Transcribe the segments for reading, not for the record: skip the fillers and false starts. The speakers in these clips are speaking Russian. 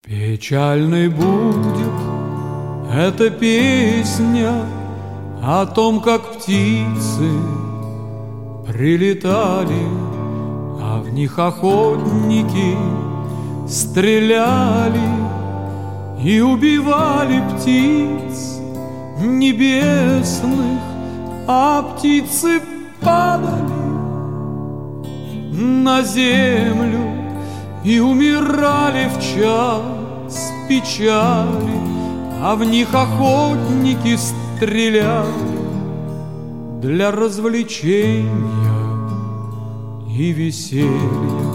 Печальной будет эта песня о том, как птицы прилетали, а в них охотники стреляли и убивали птиц небесных, а птицы падали на землю и умирали в час печали, а в них охотники стреляли для развлечения и веселья.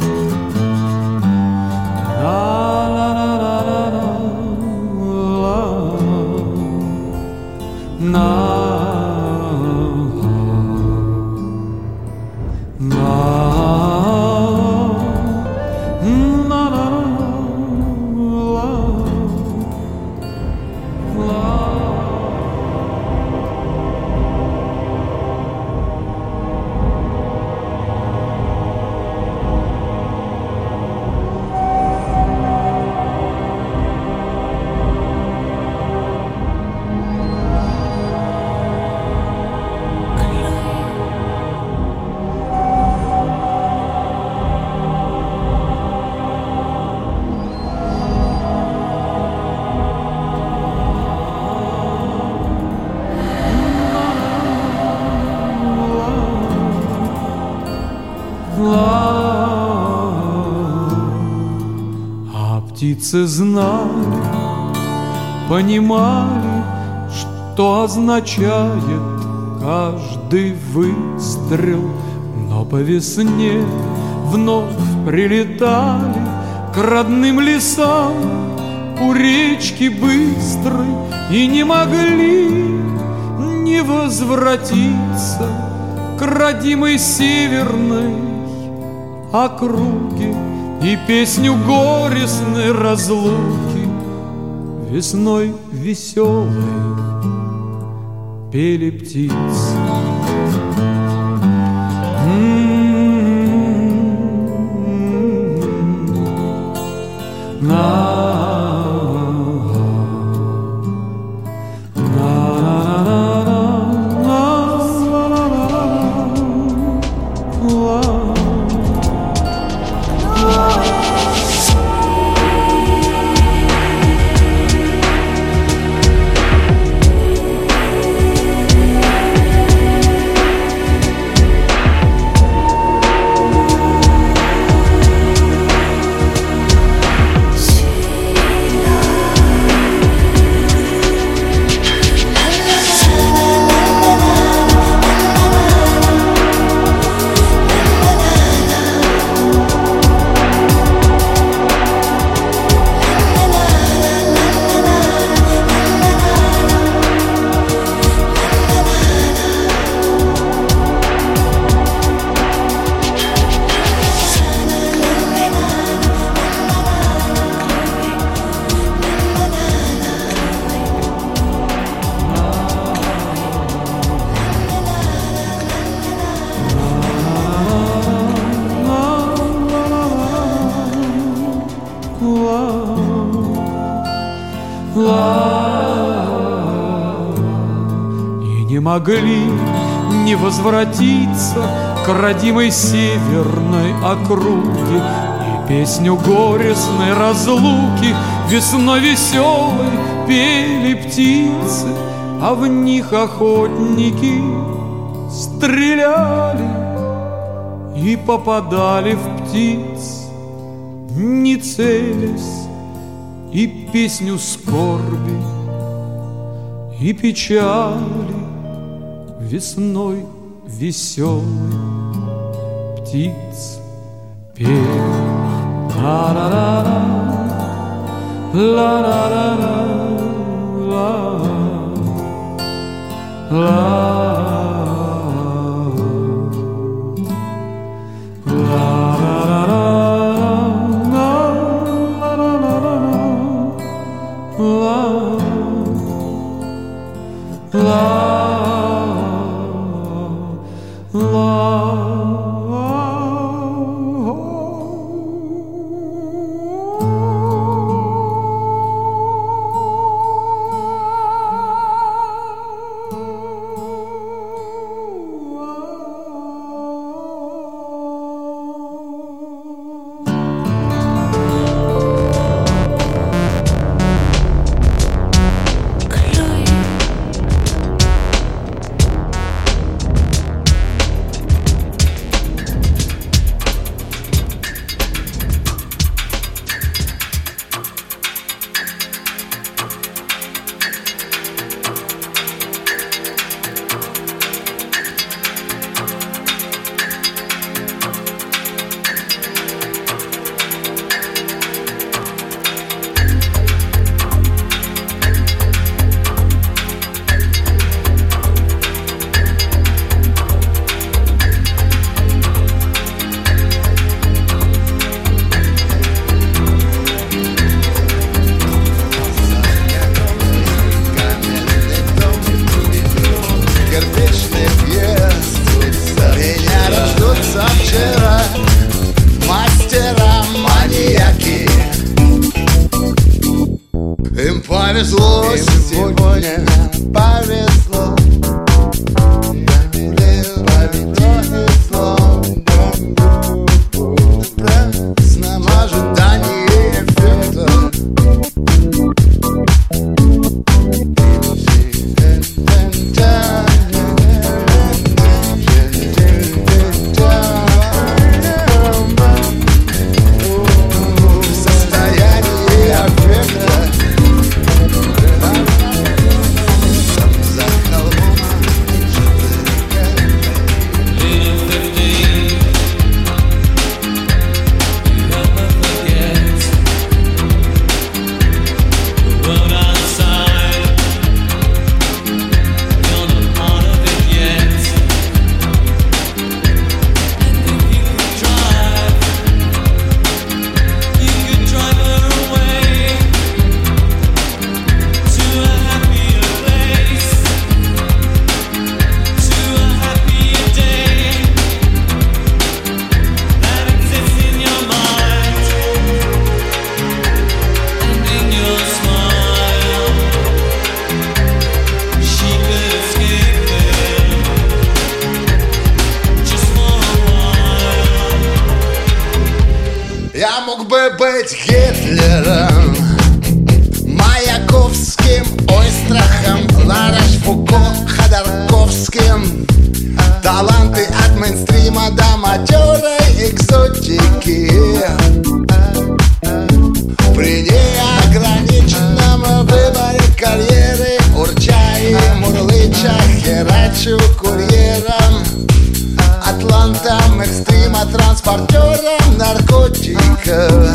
А птицы знали, понимали, что означает каждый выстрел, но по весне вновь прилетали к родным лесам у речки быстрой и не могли не возвратиться к родимой северной округе и песню горестной разлуки весной веселой пели птицы. И не могли не возвратиться к родимой северной округе и песню горестной разлуки весной веселой пели птицы, а в них охотники стреляли и попадали в птиц, не целясь, и песню скорби и печали весной веселой птиц пели. Ла-ла-ла-ла, ла-ла-ла-ла. повезло сегодня, повезло. Я мог бы быть Гитлером, Маяковским, Ойстрахом, Лараш-Фуко, Ходорковским. Таланты от мейнстрима до матерой экзотики. При неограниченном выборе карьеры, урча и мурлыча, херачу курьером, атлантом, экстрима, транспортером наркотиков.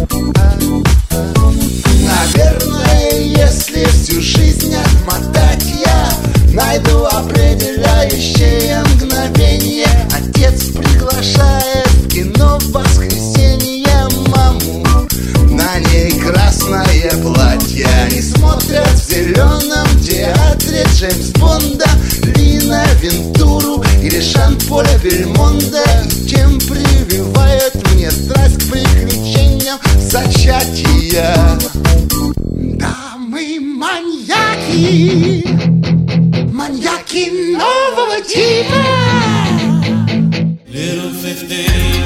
Наверное, если всю жизнь отмотать, я найду определяющее мгновение. Отец приглашает в кино в воскресенье маму. На ней красное платье, они смотрят в зеленом театре Джеймс Бонда, Лина Вентуру или Жан-Поля Бельмонда. И тем прививает мне страсть к приключениям зачатия. Да, мы маньяки, маньяки нового типа. Little 15.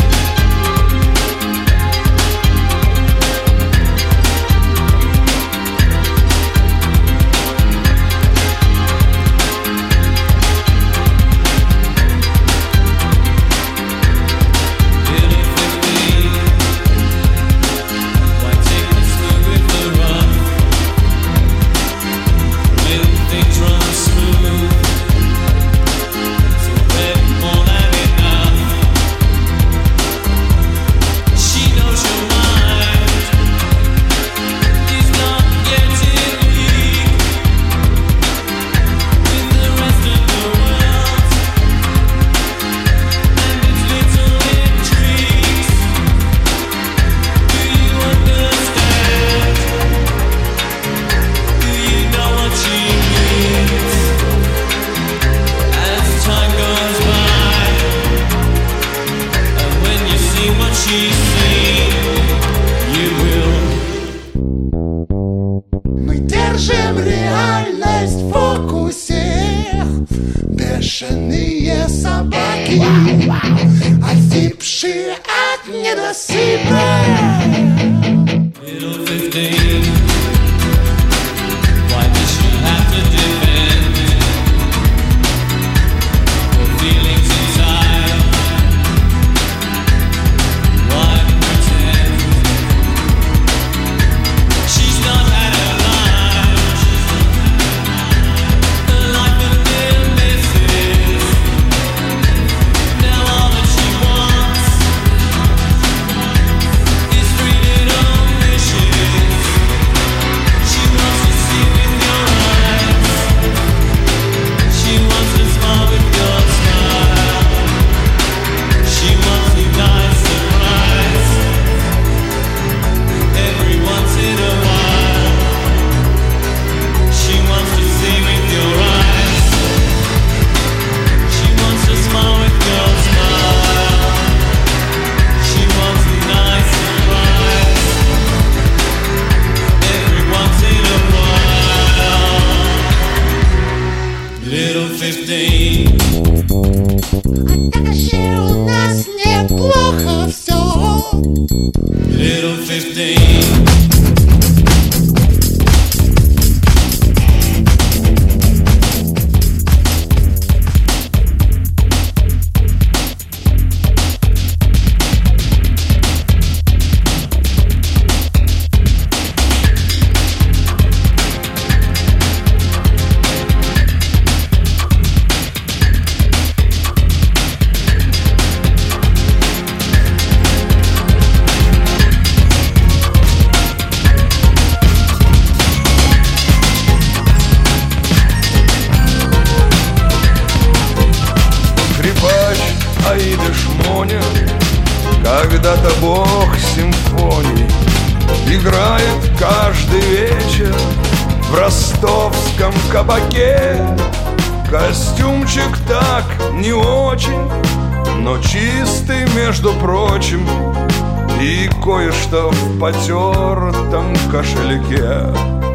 everything. Аида Шмоня, когда-то бог симфоний, играет каждый вечер в ростовском кабаке. Костюмчик так не очень, но чистый, между прочим, и кое-что в потертом кошельке.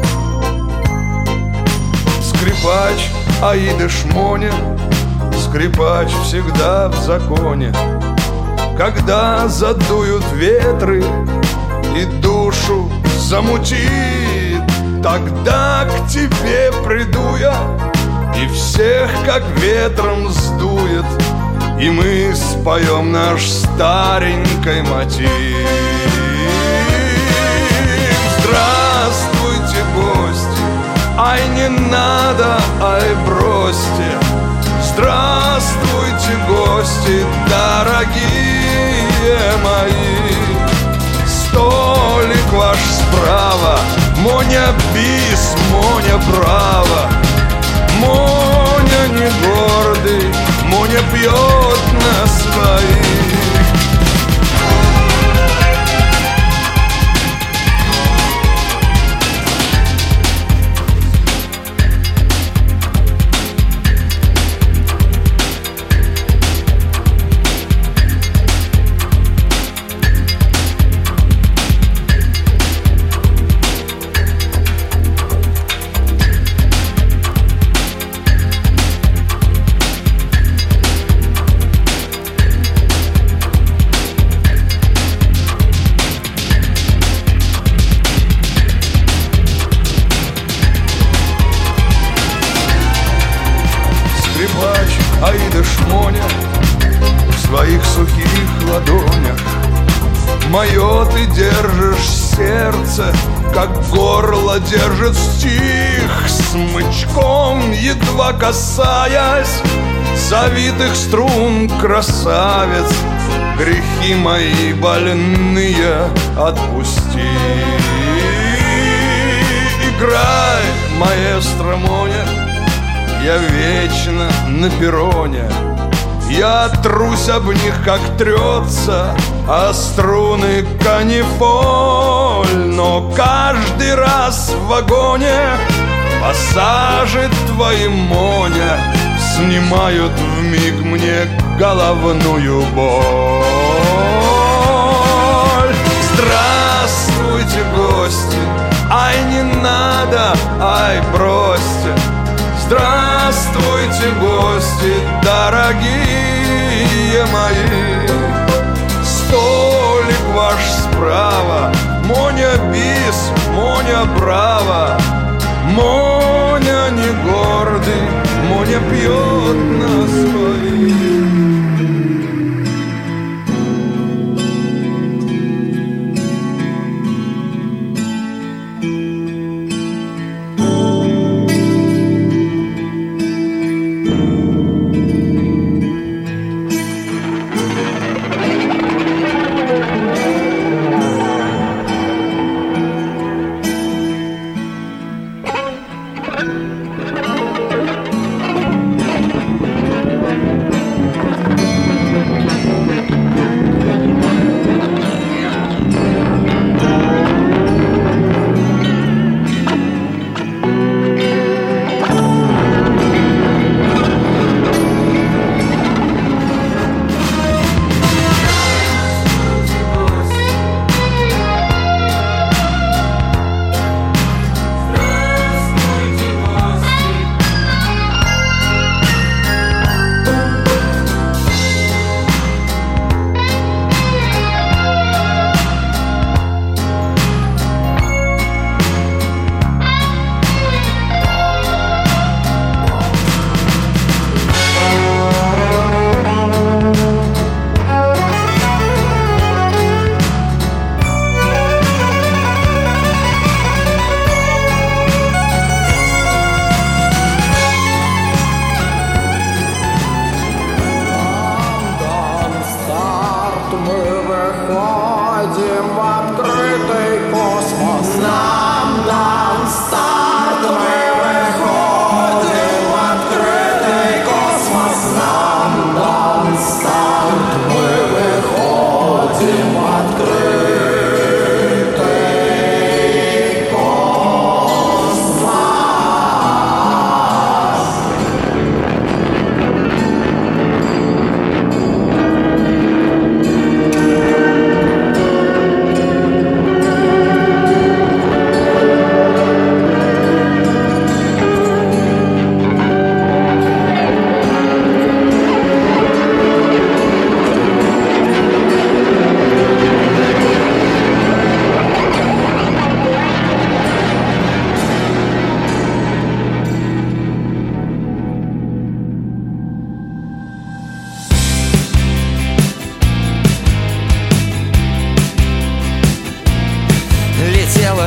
Скрипач Аида Шмоня, скрипач всегда в законе. Когда задуют ветры и душу замутит, тогда к тебе приду я, и всех как ветром сдует, и мы споем наш старенький мотив. Здравствуйте, гости, ай не надо, ай бросьте. Здравствуйте, гости, дорогие мои. Столик ваш справа, Моня бис, Моня браво. Моня не гордый, Моня пьет на своих. Аида Шмоня в своих сухих ладонях мое ты держишь сердце, как горло держит стих. Смычком едва касаясь завитых струн, красавец, грехи мои больные отпусти. Играй, маэстро Моня, я вечно на перроне. Я трусь об них, как трется о струны канифоль. Но каждый раз в вагоне пассажи твои, Моня, снимают вмиг мне головную боль. Здравствуйте, гости, ай не надо, ай бросьте. Здравствуйте, гости, дорогие мои. Столик ваш справа, Моня бис, Моня браво. Моня не гордый, Моня пьет на своих.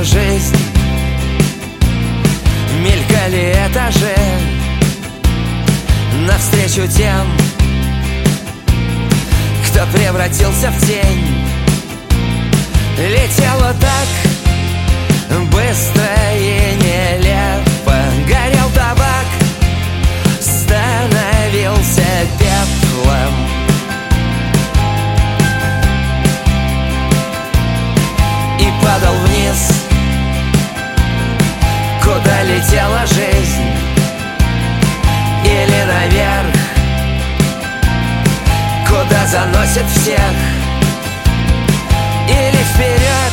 жизнь, мелькали этажи навстречу тем, кто превратился в тень. Летела так быстро и нелепо, горел табак, становился пеплом. И падал вниз, куда летела жизнь, или наверх, куда заносит всех, или вперед,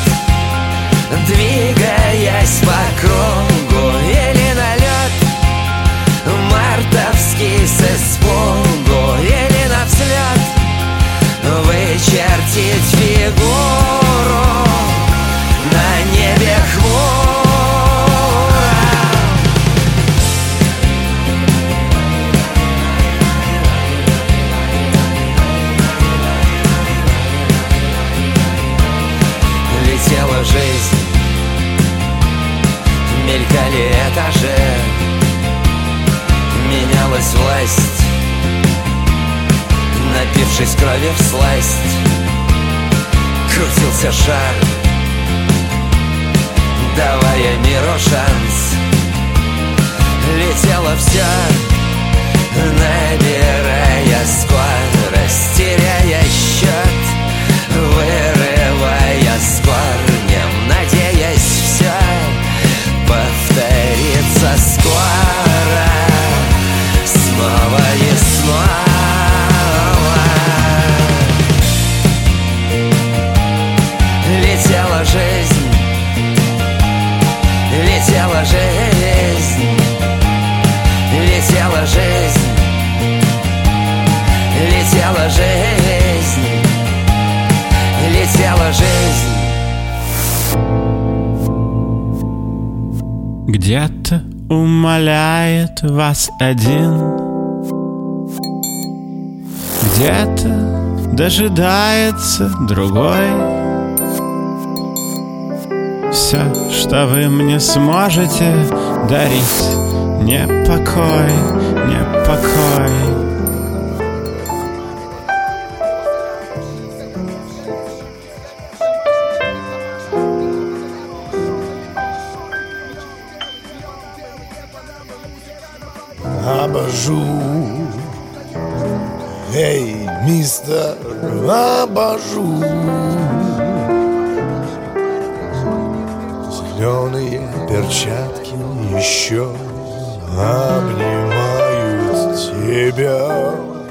двигаясь по кругу, или на лед мартовский с испугу, или на взлет вычертить фигуру на небе хмуро. Летела жизнь, мелькали этажи, менялась власть, напившись крови всласть. Крутился шар, давая миру шанс. Летело все, набирая скорость, теряя счет, вырывая с корнем, надеясь все повторится скоро, снова и снова. Летела жизнь, летела жизнь, летела жизнь, летела жизнь, летела жизнь. Где-то умоляет вас один, где-то дожидается другой. Все, что вы мне сможете дарить, не покой, не покой. Абажур, эй, мистер Абажур, зеленые перчатки еще обнимают тебя.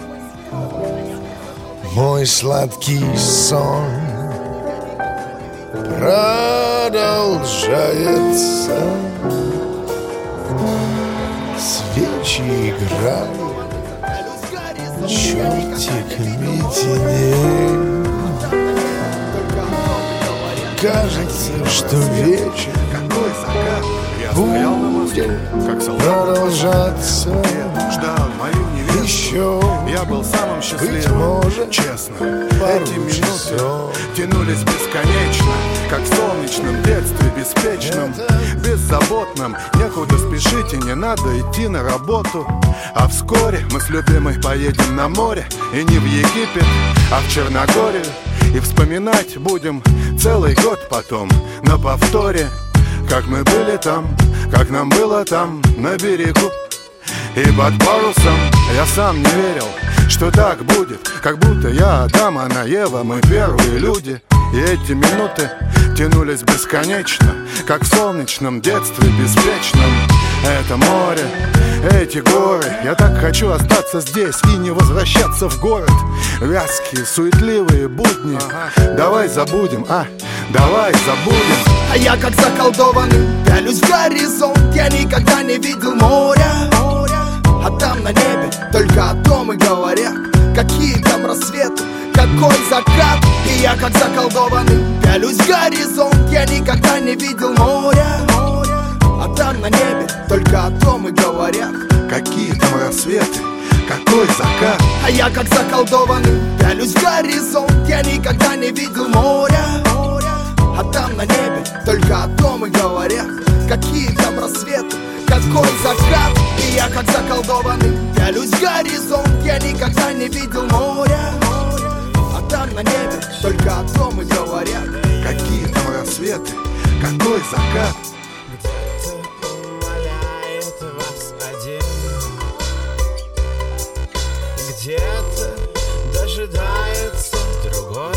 Мой сладкий сон продолжается. Свечи играют, чертиками теней. Кажется, что вечер будет продолжаться. Еще, я был самым быть счастливым, может, честно. пару Эти минуты часов. тянулись бесконечно, как в солнечном детстве беспечном, беззаботном. Некуда спешить и не надо идти на работу. А вскоре мы с любимой поедем на море. И не в Египет, а в Черногорию. И вспоминать будем целый год потом на повторе, как мы были там, как нам было там на берегу. И под парусом я сам не верил, что так будет. Как будто я Адам, она Ева, мы первые люди. И эти минуты тянулись бесконечно, как в солнечном детстве беспечном. Это море, эти горы. Я так хочу остаться здесь и не возвращаться в город. Вязкие, суетливые будни. Давай забудем, давай забудем. А я как заколдованный пялюсь в горизонт. Я никогда не видел моря, а там на небе только о том и говорят. Какие там рассветы, какой закат. И я как заколдованный пялюсь в горизонт. Я никогда не видел моря, а там на небе только о том и говорят. Какие там рассветы, какой закат. А я как заколдованный пялюсь в горизонт. Я никогда не видел моря, А там на небе только о том и говорят. Какие там рассветы, какой закат. И я как заколдованный пялюсь в горизонт. Я никогда не видел моря. А там на небе только о том и говорят. Какие там рассветы, какой закат. Где-то умоляет вас один, где-то дожидается другой.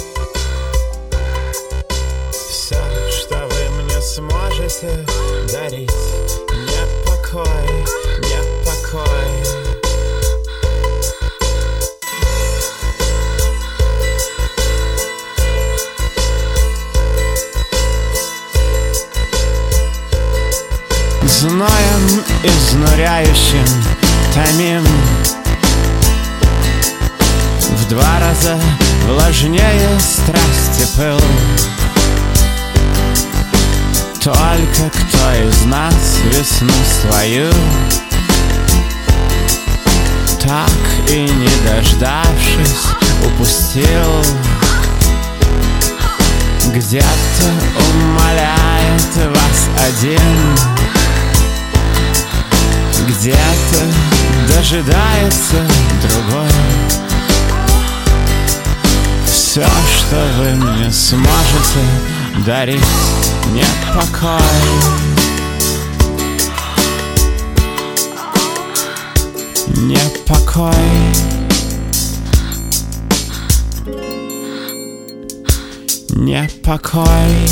Все, что вы мне сможете дарить, не покой, не покой. Зноем изнуряющим томим, в 2 раза влажнее страсти пыл. Только кто из нас весну свою так и не дождавшись упустил. Где-то умоляет вас один, где-то дожидается другой. Все, что вы мне сможете дарить, не покой. Не покой. Не покой.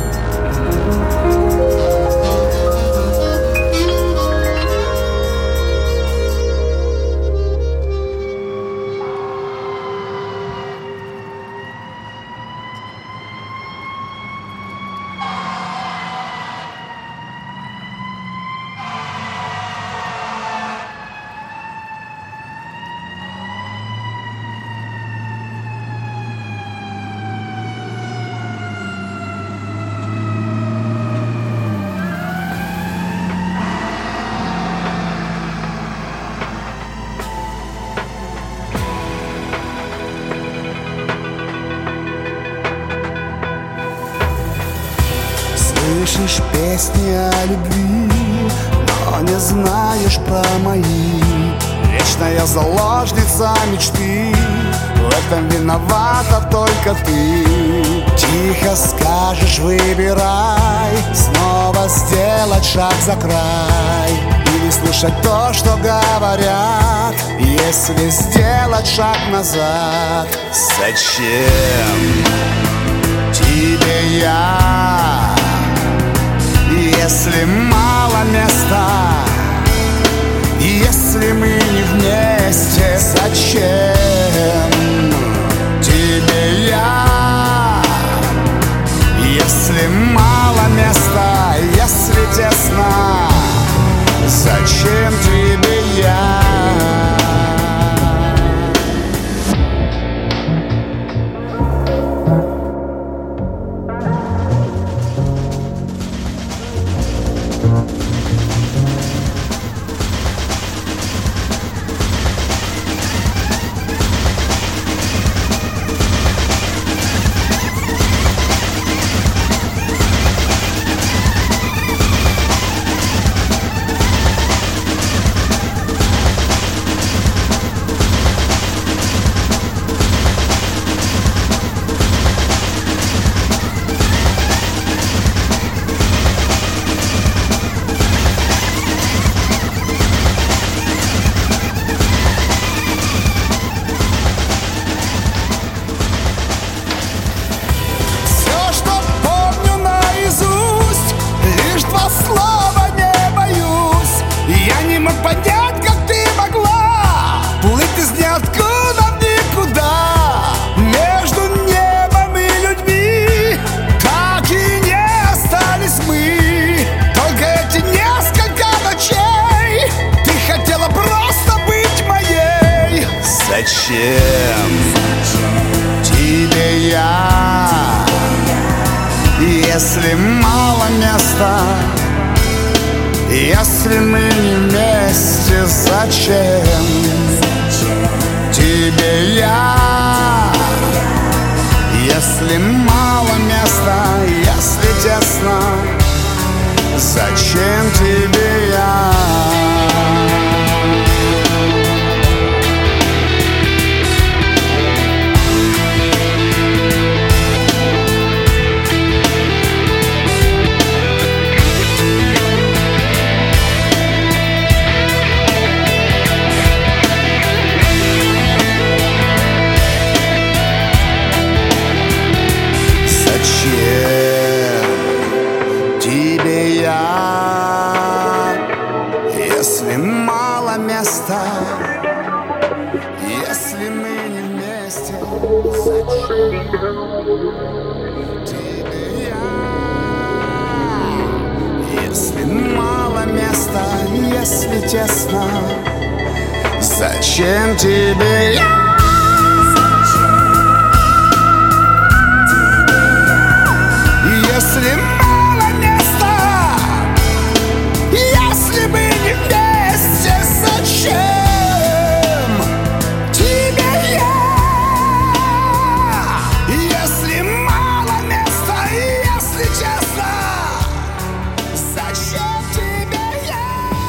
Слышишь песни о любви, но не знаешь про мои. Вечная заложница мечты, в этом виновата только ты. Тихо скажешь, выбирай, снова сделать шаг за край или слушать то, что говорят, если сделать шаг назад. Зачем тебе я, если мало места, если мы не вместе? Зачем тебе я, если мало места, если тесно? Зачем тебе я? Зачем тебе я, если мало места, если мы не вместе? Зачем тебе я, если мало места? честно, зачем тебе я? Если мало места, если мы не вместе, зачем тебе я? Если мало места, если тесно, зачем тебе я? Если мало места, если мы не вместе, зачем тебе я? Если мало места, если честно, зачем тебе я?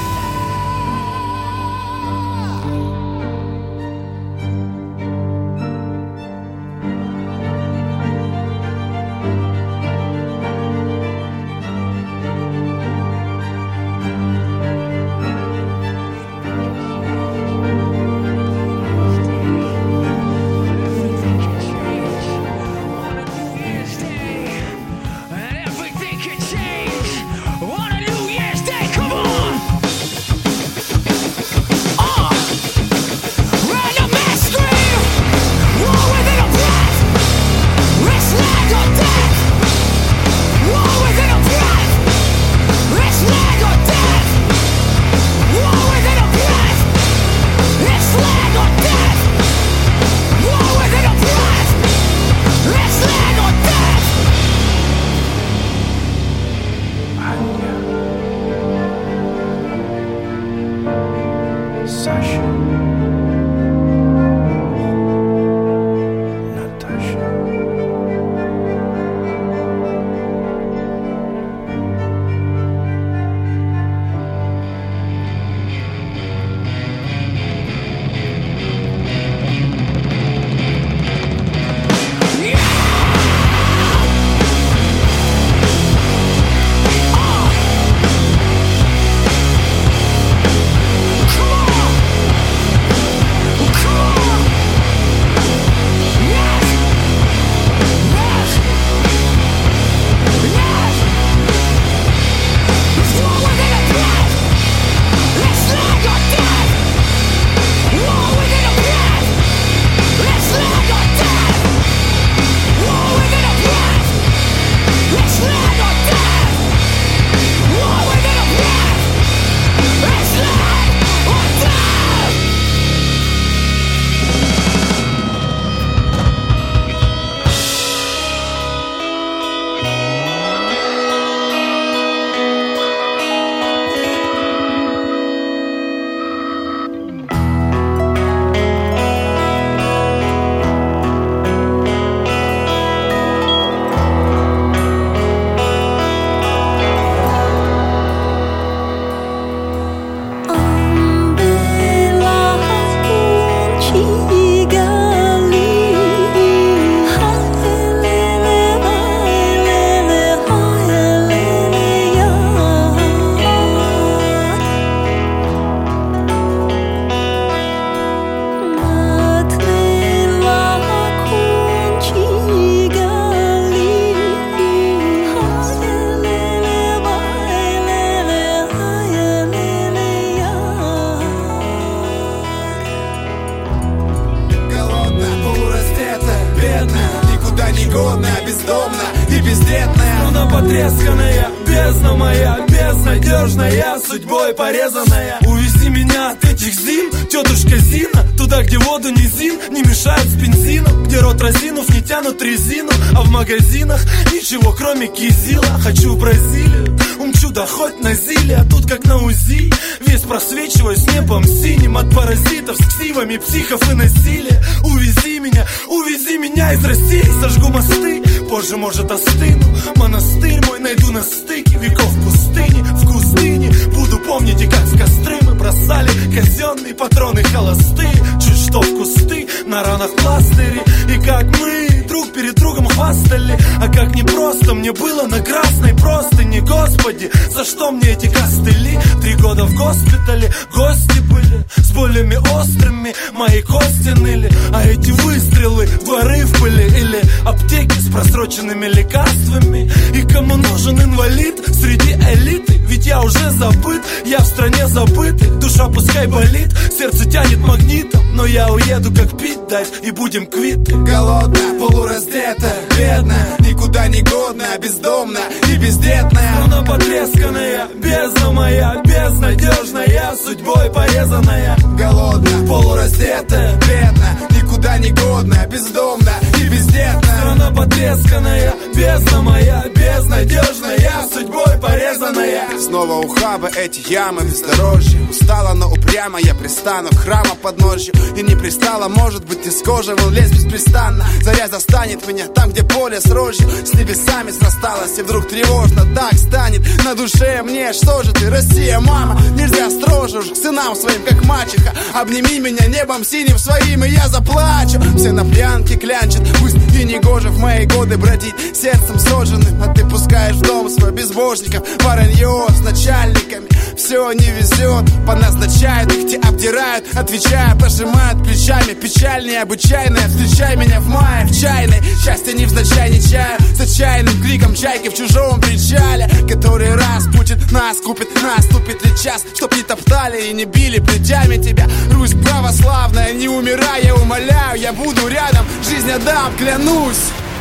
негодная, бездомная и бездетная. Струна потресканная, бездна моя, безнадежная, судьбой порезанная. Увези меня от этих зим, тетушка Зина, туда, где воду низин не мешают с бензином, где рот разинув не тянут резину, а в магазинах ничего кроме кизила. Хочу в Бразилию, умчу да хоть на зиле, а тут как на УЗИ, весь просвечиваю с небом синим от паразитов с ксивами, психов и насилия. Увези меня из России, сожгу мосты, позже, может, остыну. Монастырь мой найду на стыке веков пустыни. В Кустыне буду помнить, и как в костры мы бросали казенные патроны холостые. Чуть что в кусты, на ранах пластыри. И как мы друг перед другом хвастали. А как непросто мне было на красной простыне. Господи, за что мне эти костыли? 3 года в госпитале, гости были с болями острыми, мои кости ныли. А эти выстрелы, воры в пыли или аптеки с просроченными лекарствами. И кому нужен инвалид среди элиты? Ведь я уже забыт, я в стране забытый. Душа пускай болит, сердце тянет магнитом. Но я уеду, как пить дать, и будем квиты. Голодная, полураздетая, бедная, никуда не годная, бездомная и бездетная. Струна потресканная, бездна моя, безнадежная, судьбой порезанная. Голодная, полураздетая, бедная, никуда не годная, бездомная и бездетная. Страна потресканная, бездна моя, безнадежная, судьбой порезанная. Снова ухабы, эти ямы, бездорожье. Устала, но упрямо я пристану к храма подножью. И не пристала, может быть, из кожи вон лезь беспрестанно. Заря застанет меня там, где поле с рожью с небесами срасталось, и вдруг тревожно так станет на душе мне. Что же ты, Россия, мама? Нельзя строже уж к сынам своим, как мачеха. Обними меня небом синим своим, и я заплачу. Все на пьянке клянчат, пусть и не гоже в мои годы бродить сердцем сожженным. А ты пускаешь в дом свой безбожников, воронье с начальниками. Все не везет, поназначают, их те обдирают, отвечая, пожимают плечами. Печаль необычайная, встречай меня в мае в чайной. Счастье невзначай не чаю, с отчаянным криком чайки в чужом причале. Который раз Путин нас купит, наступит ли час, чтоб не топтали и не били плетями тебя. Русь православная, не умирай, я умоляю, я буду рядом, жизнь отдам, клянусь.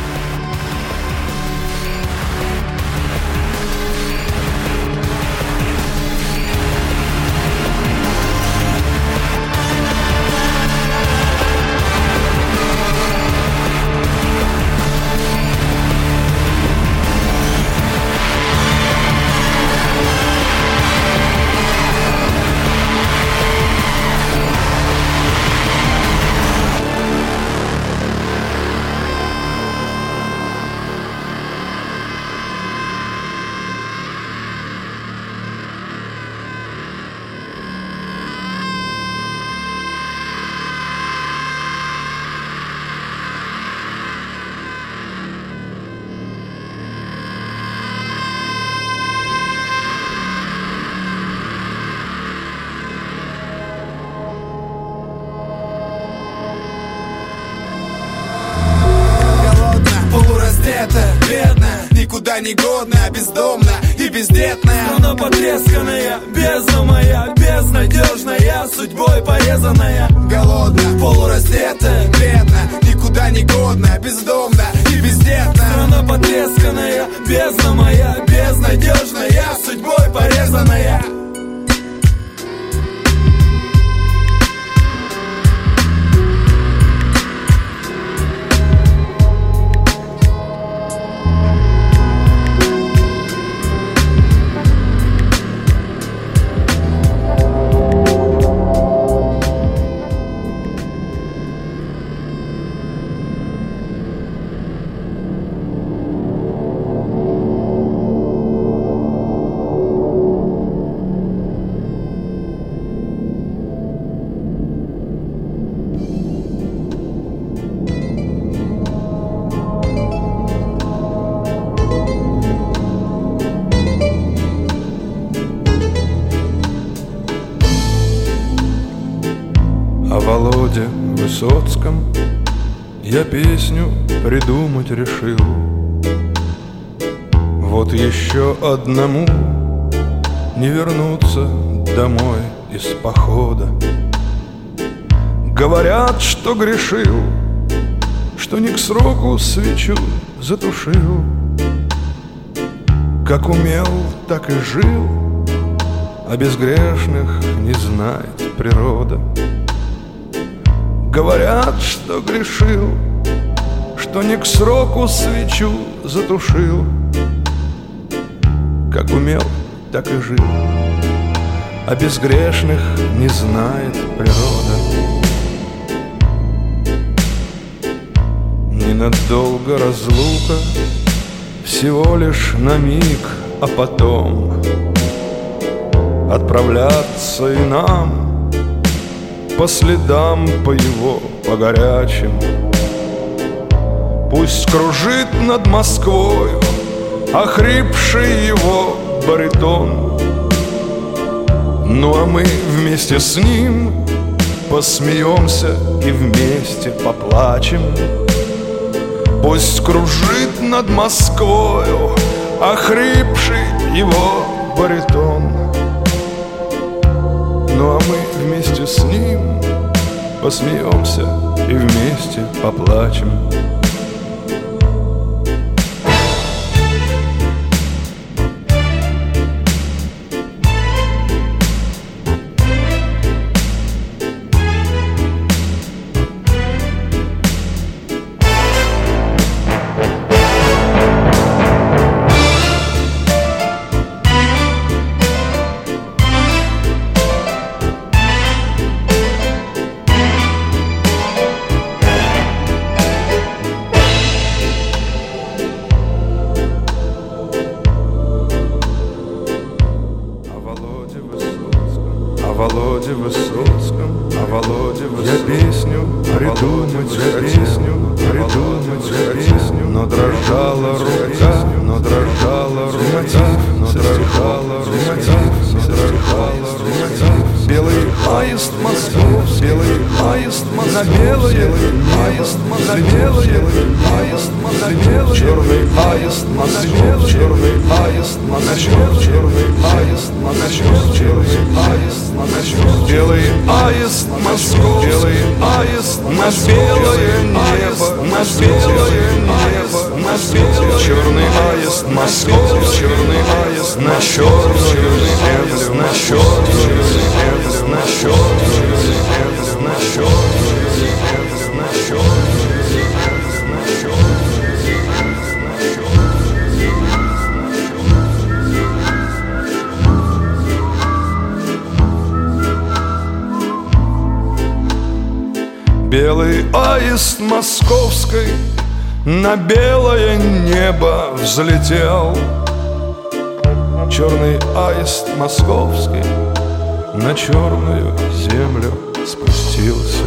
Бедная, никуда не годная, бездомная и бездетная. Струна потресканная, бездна моя, безнадежная, судьбой порезанная. Голодная, полураздетая, бедная, никуда не годная, бездомная и бездетная. Страна потресканная, бездна моя, безнадежная, судьбой порезанная. О Володе Высоцком я песню придумать решил. Вот еще одному не вернуться домой из похода. Говорят, что грешил, что не к сроку свечу затушил. Как умел, так и жил, а безгрешных не знает природа. Говорят, что грешил, что не к сроку свечу затушил. Как умел, так и жил, а безгрешных не знает природа. ненадолго разлука, всего лишь на миг, а потом отправляться и нам по следам, по его, по горячим. Пусть кружит над Москвою охрипший его баритон, ну а мы вместе с ним посмеемся и вместе поплачем. Пусть кружит над Москвою охрипший его баритон, ну а мы вместе с ним посмеемся и вместе поплачем. Володе Высоцком, о Володе Высоцком. Я песню придумать, я песню придумать, я песню. Но дрожала рука, но дрожала рука, но дрожала рука, но дрожала рука. Белый аист Москов, белый аист на белое, аист на белое, аист на белое. Черный аист Москов, черный аист Москов, черный аист Москов, черный аист Москов. Белый аист Москов, белый аист на белое небо, на белое небо, на белое. Черный аист Москов, черный аист на черную землю, на черную землю, на черную землю, на черную землю, на черную землю, на черную землю. Белый аист московской на белое небо взлетел. Черный аист московский на черную землю спустился.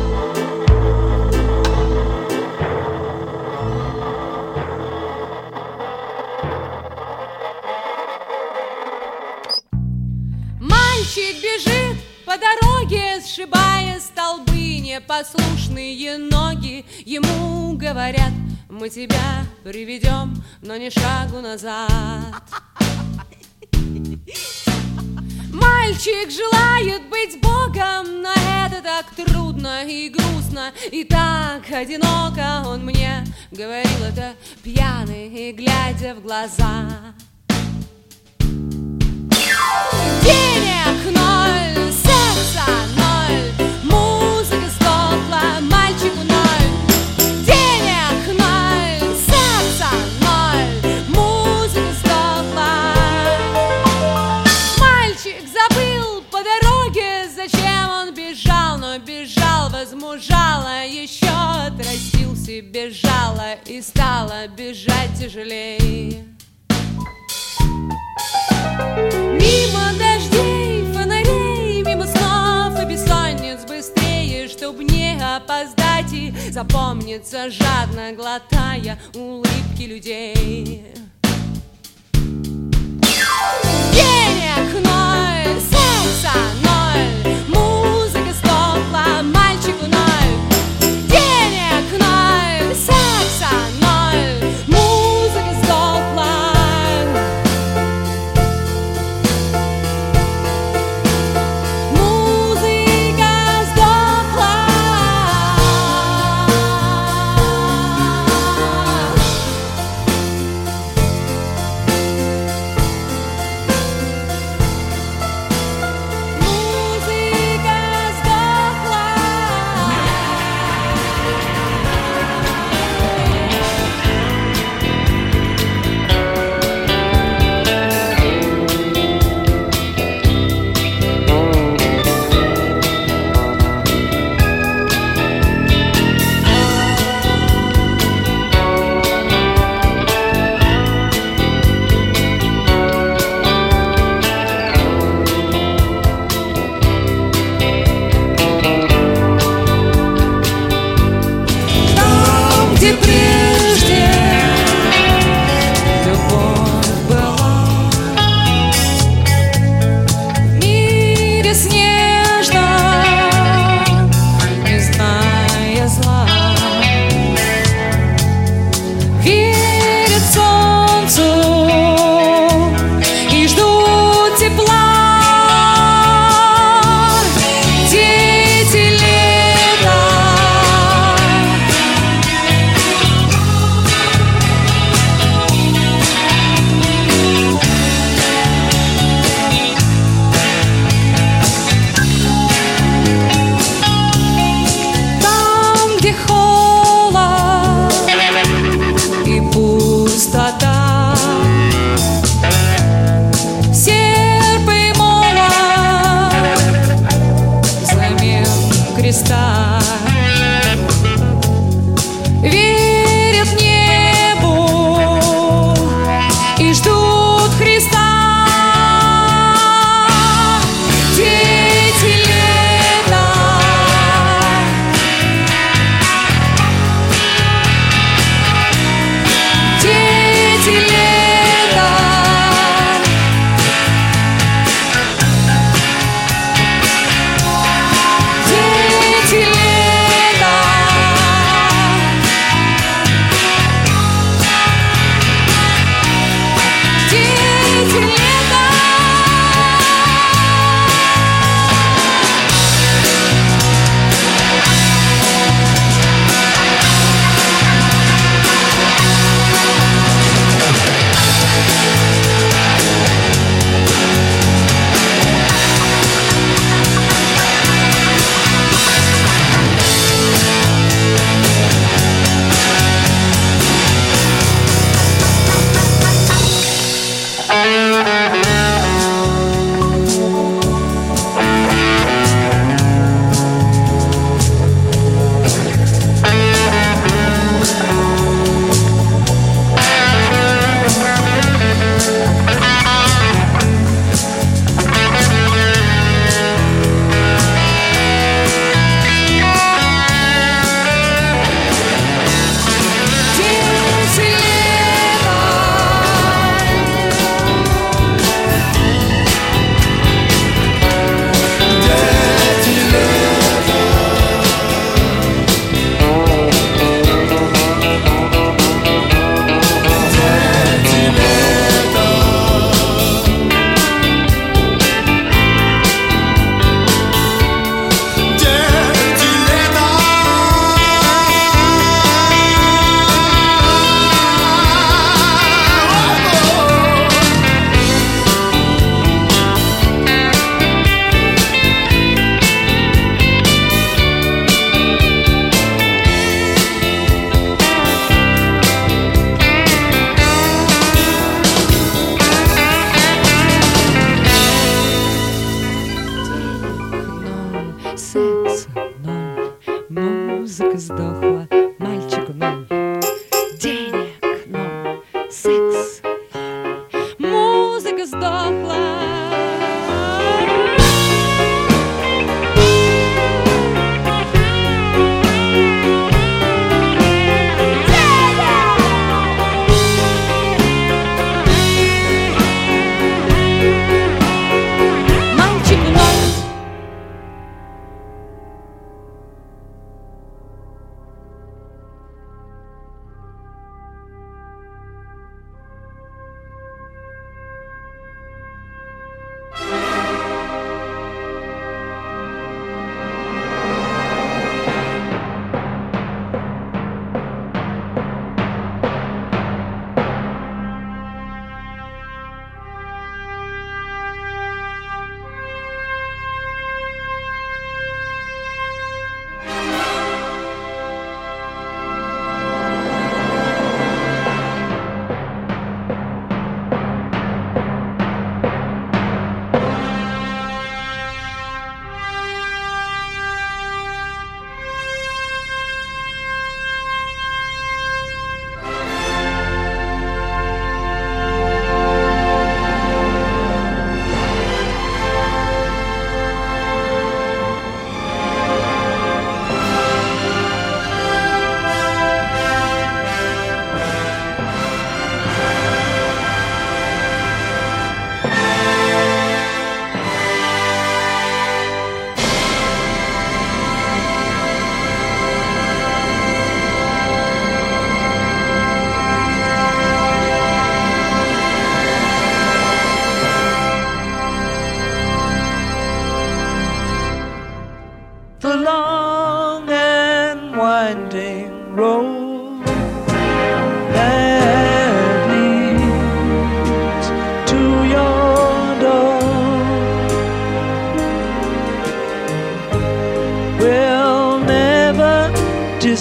Мальчик бежит по дороге, сшибая столбы, непослушные ноги. Ему говорят: мы тебя приведем, но ни шагу назад. Мальчик желает быть Богом, но это так трудно и грустно, и так одиноко. Он мне говорил это пьяный и глядя в глаза. Денег ноль, секса ноль, музыка сдохла, мальчику ноль. Денег ноль, секса ноль, музыка сдохла. Мальчик забыл по дороге, зачем он бежал, но бежал возмужало, еще отрастил себе жало и стало бежать тяжелее. Мимо дождей, фонарей, мимо снов и бессонниц быстрее, чтоб не опоздать и запомниться, жадно глотая улыбки людей. Денег ноль, секса ноль, музыка сдохла, мальчику ноль. Денег ноль, секса ноль, музыка сдохла.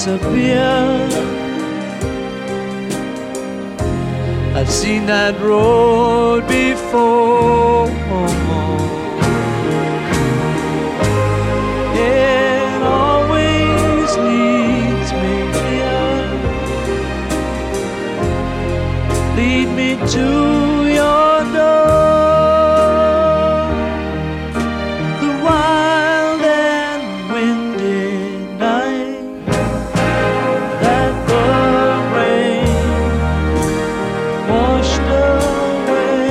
disappear. I've seen that road before. It always leads me here. Lead me to your door. The wild and windy night that the rain washed away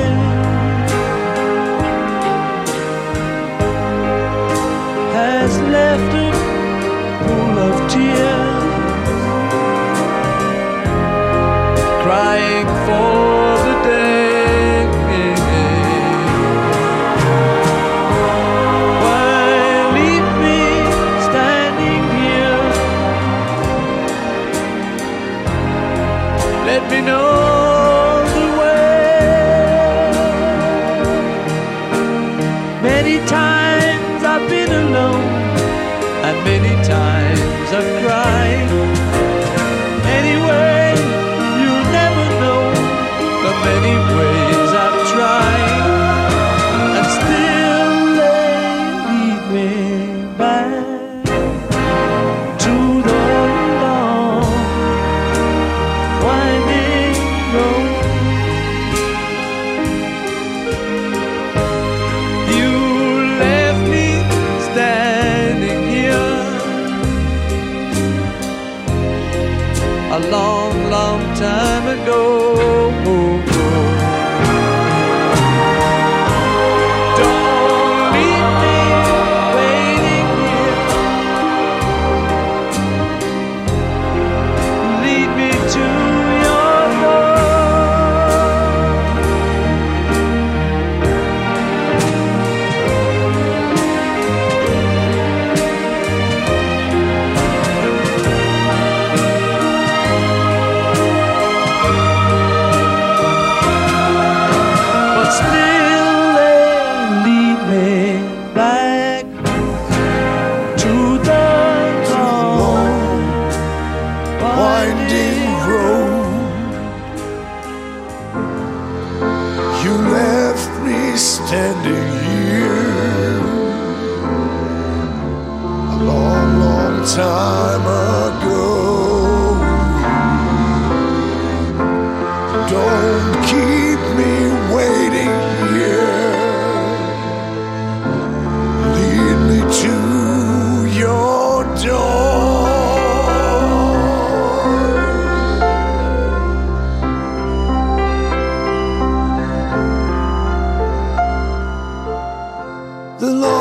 has left a pool of tears, crying for the day. Why leave me standing here? Let me know the way. Many times I've been alone, and many times I've cried. Anyway, you'll never know the many ways I've tried, and still they lead me back to the long, winding road. You left me standing here a long, long time ago. Don't leave me waiting here. Lead me to your but still they lead me back to the long, Winding road. You left me standing here a long, long time ago. Don't keep me waiting here. Lead me to your door. The